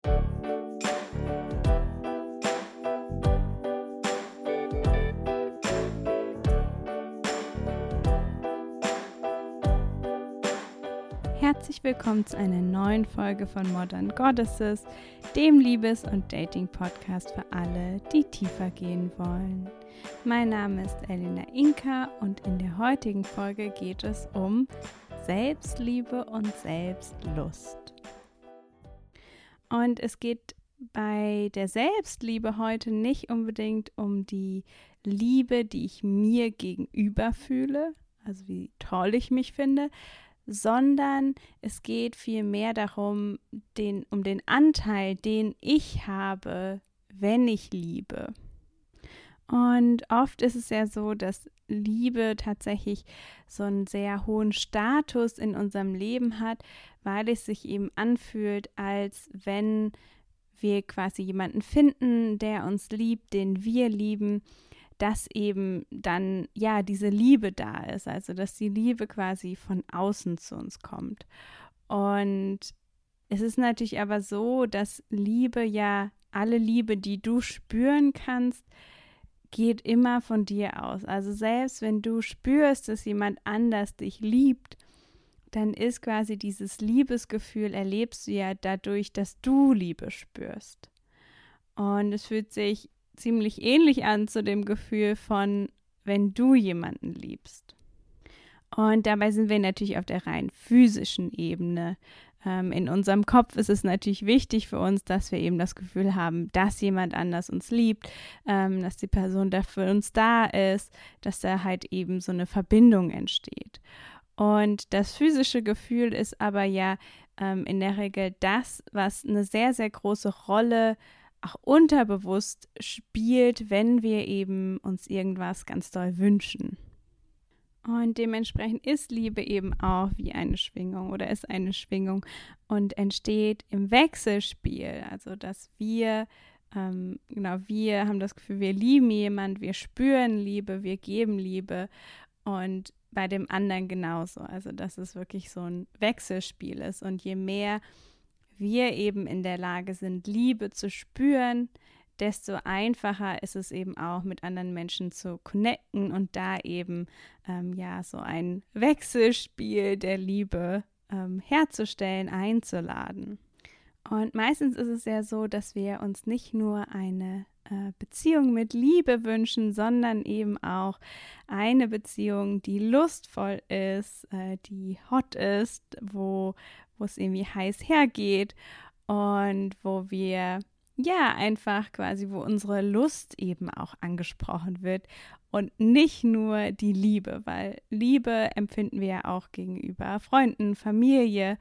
Herzlich willkommen zu einer neuen Folge von Modern Goddesses, dem Liebes- und Dating-Podcast für alle, die tiefer gehen wollen. Mein Name ist Elena Inka und in der heutigen Folge geht es um Selbstliebe und Selbstlust. Und es geht bei der Selbstliebe heute nicht unbedingt um die Liebe, die ich mir gegenüber fühle, also wie toll ich mich finde, sondern es geht vielmehr darum, um den Anteil, den ich habe, wenn ich liebe. Und oft ist es ja so, dass Liebe tatsächlich so einen sehr hohen Status in unserem Leben hat, weil es sich eben anfühlt, als wenn wir quasi jemanden finden, der uns liebt, den wir lieben, dass eben dann ja diese Liebe da ist, also dass die Liebe quasi von außen zu uns kommt. Und es ist natürlich aber so, dass Liebe ja, alle Liebe, die du spüren kannst, geht immer von dir aus. Also selbst wenn du spürst, dass jemand anders dich liebt, dann ist quasi dieses Liebesgefühl, erlebst du ja dadurch, dass du Liebe spürst. Und es fühlt sich ziemlich ähnlich an zu dem Gefühl von, wenn du jemanden liebst. Und dabei sind wir natürlich auf der rein physischen Ebene. In unserem Kopf ist es natürlich wichtig für uns, dass wir eben das Gefühl haben, dass jemand anders uns liebt, dass die Person da für uns da ist, dass da halt eben so eine Verbindung entsteht. Und das physische Gefühl ist aber ja in der Regel das, was eine sehr, sehr große Rolle auch unterbewusst spielt, wenn wir eben uns irgendwas ganz doll wünschen. Und dementsprechend ist Liebe eben auch wie eine Schwingung oder ist eine Schwingung und entsteht im Wechselspiel. Also, dass wir haben das Gefühl, wir lieben jemanden, wir spüren Liebe, wir geben Liebe und bei dem anderen genauso. Also, dass es wirklich so ein Wechselspiel ist und je mehr wir eben in der Lage sind, Liebe zu spüren, desto einfacher ist es eben auch, mit anderen Menschen zu connecten und da eben so ein Wechselspiel der Liebe herzustellen, einzuladen. Und meistens ist es ja so, dass wir uns nicht nur eine Beziehung mit Liebe wünschen, sondern eben auch eine Beziehung, die lustvoll ist, die hot ist, wo es irgendwie heiß hergeht und wo wir einfach quasi, wo unsere Lust eben auch angesprochen wird und nicht nur die Liebe, weil Liebe empfinden wir ja auch gegenüber Freunden, Familie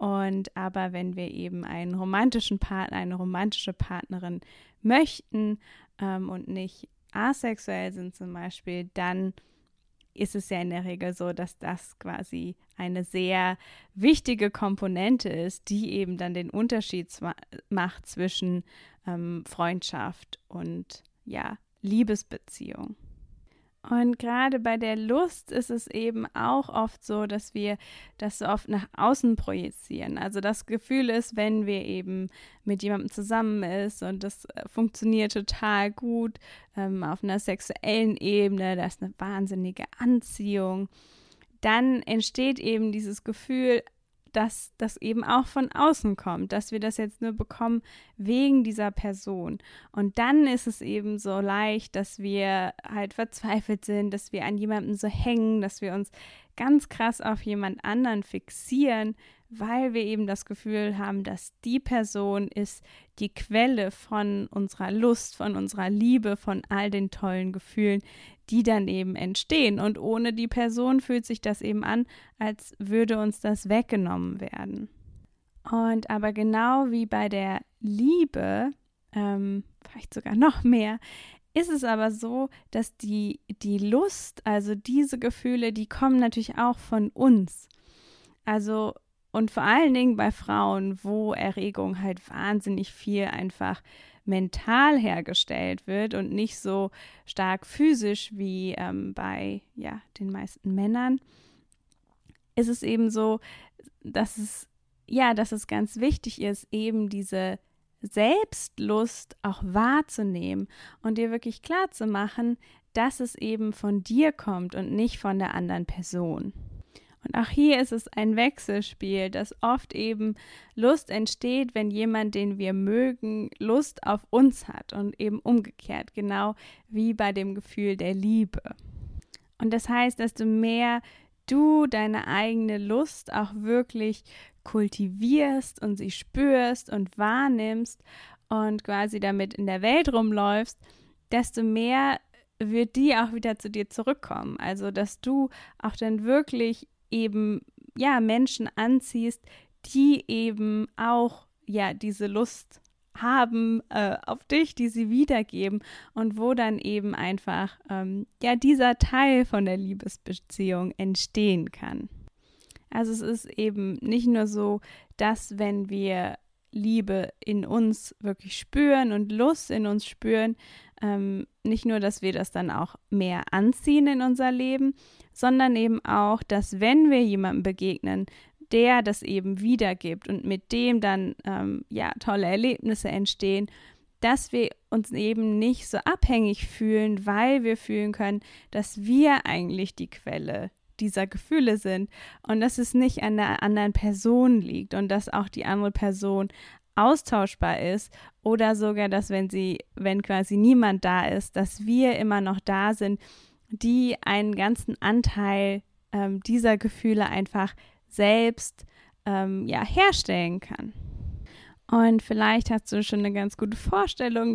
aber wenn wir eben einen romantischen Partner, eine romantische Partnerin möchten und nicht asexuell sind zum Beispiel, dann ist es ja in der Regel so, dass das quasi eine sehr wichtige Komponente ist, die eben dann den Unterschied macht zwischen Freundschaft und Liebesbeziehung. Und gerade bei der Lust ist es eben auch oft so, dass wir das so oft nach außen projizieren. Also das Gefühl ist, wenn wir eben mit jemandem zusammen ist und das funktioniert total gut auf einer sexuellen Ebene, da ist eine wahnsinnige Anziehung, dann entsteht eben dieses Gefühl, dass das eben auch von außen kommt, dass wir das jetzt nur bekommen wegen dieser Person. Und dann ist es eben so leicht, dass wir halt verzweifelt sind, dass wir an jemandem so hängen, dass wir uns ganz krass auf jemand anderen fixieren, weil wir eben das Gefühl haben, dass die Person ist die Quelle von unserer Lust, von unserer Liebe, von all den tollen Gefühlen, die dann eben entstehen. Und ohne die Person fühlt sich das eben an, als würde uns das weggenommen werden. Und aber genau wie bei der Liebe, vielleicht sogar noch mehr, ist es aber so, dass die Lust, also diese Gefühle, die kommen natürlich auch von uns. Also und vor allen Dingen bei Frauen, wo Erregung halt wahnsinnig viel einfach mental hergestellt wird und nicht so stark physisch wie bei den meisten Männern, ist es eben so, dass es ganz wichtig ist, eben diese Selbstlust auch wahrzunehmen und dir wirklich klar zu machen, dass es eben von dir kommt und nicht von der anderen Person. Und auch hier ist es ein Wechselspiel, dass oft eben Lust entsteht, wenn jemand, den wir mögen, Lust auf uns hat und eben umgekehrt, genau wie bei dem Gefühl der Liebe. Und das heißt, desto mehr du deine eigene Lust auch wirklich kultivierst und sie spürst und wahrnimmst und quasi damit in der Welt rumläufst, desto mehr wird die auch wieder zu dir zurückkommen. Also, dass du auch dann wirklich eben, Menschen anziehst, die eben auch, diese Lust haben auf dich, die sie wiedergeben und wo dann eben einfach, dieser Teil von der Liebesbeziehung entstehen kann. Also es ist eben nicht nur so, dass wenn wir Liebe in uns wirklich spüren und Lust in uns spüren, nicht nur, dass wir das dann auch mehr anziehen in unser Leben, sondern eben auch, dass wenn wir jemandem begegnen, der das eben wiedergibt und mit dem dann tolle Erlebnisse entstehen, dass wir uns eben nicht so abhängig fühlen, weil wir fühlen können, dass wir eigentlich die Quelle dieser Gefühle sind und dass es nicht an der anderen Person liegt und dass auch die andere Person austauschbar ist oder sogar, dass wenn quasi niemand da ist, dass wir immer noch da sind, die einen ganzen Anteil dieser Gefühle einfach selbst herstellen kann. Und vielleicht hast du schon eine ganz gute Vorstellung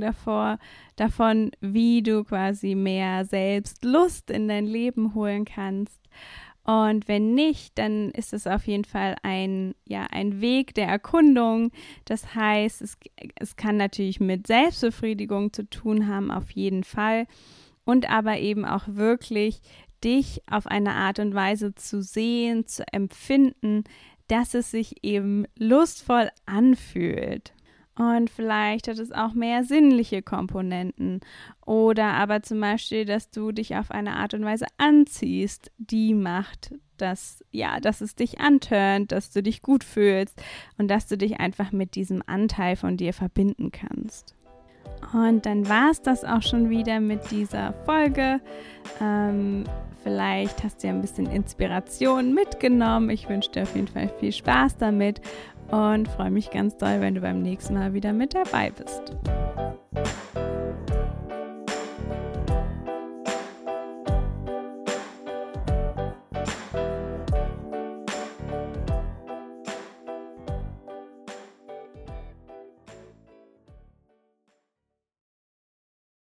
davon, wie du quasi mehr Selbstlust in dein Leben holen kannst. Und wenn nicht, dann ist es auf jeden Fall ein Weg der Erkundung. Das heißt, es kann natürlich mit Selbstbefriedigung zu tun haben, auf jeden Fall. Und aber eben auch wirklich dich auf eine Art und Weise zu sehen, zu empfinden, dass es sich eben lustvoll anfühlt. Und vielleicht hat es auch mehr sinnliche Komponenten. Oder aber zum Beispiel, dass du dich auf eine Art und Weise anziehst, die macht, dass es dich antörnt, dass du dich gut fühlst und dass du dich einfach mit diesem Anteil von dir verbinden kannst. Und dann war es das auch schon wieder mit dieser Folge. Vielleicht hast du ja ein bisschen Inspiration mitgenommen. Ich wünsche dir auf jeden Fall viel Spaß damit und freue mich ganz doll, wenn du beim nächsten Mal wieder mit dabei bist.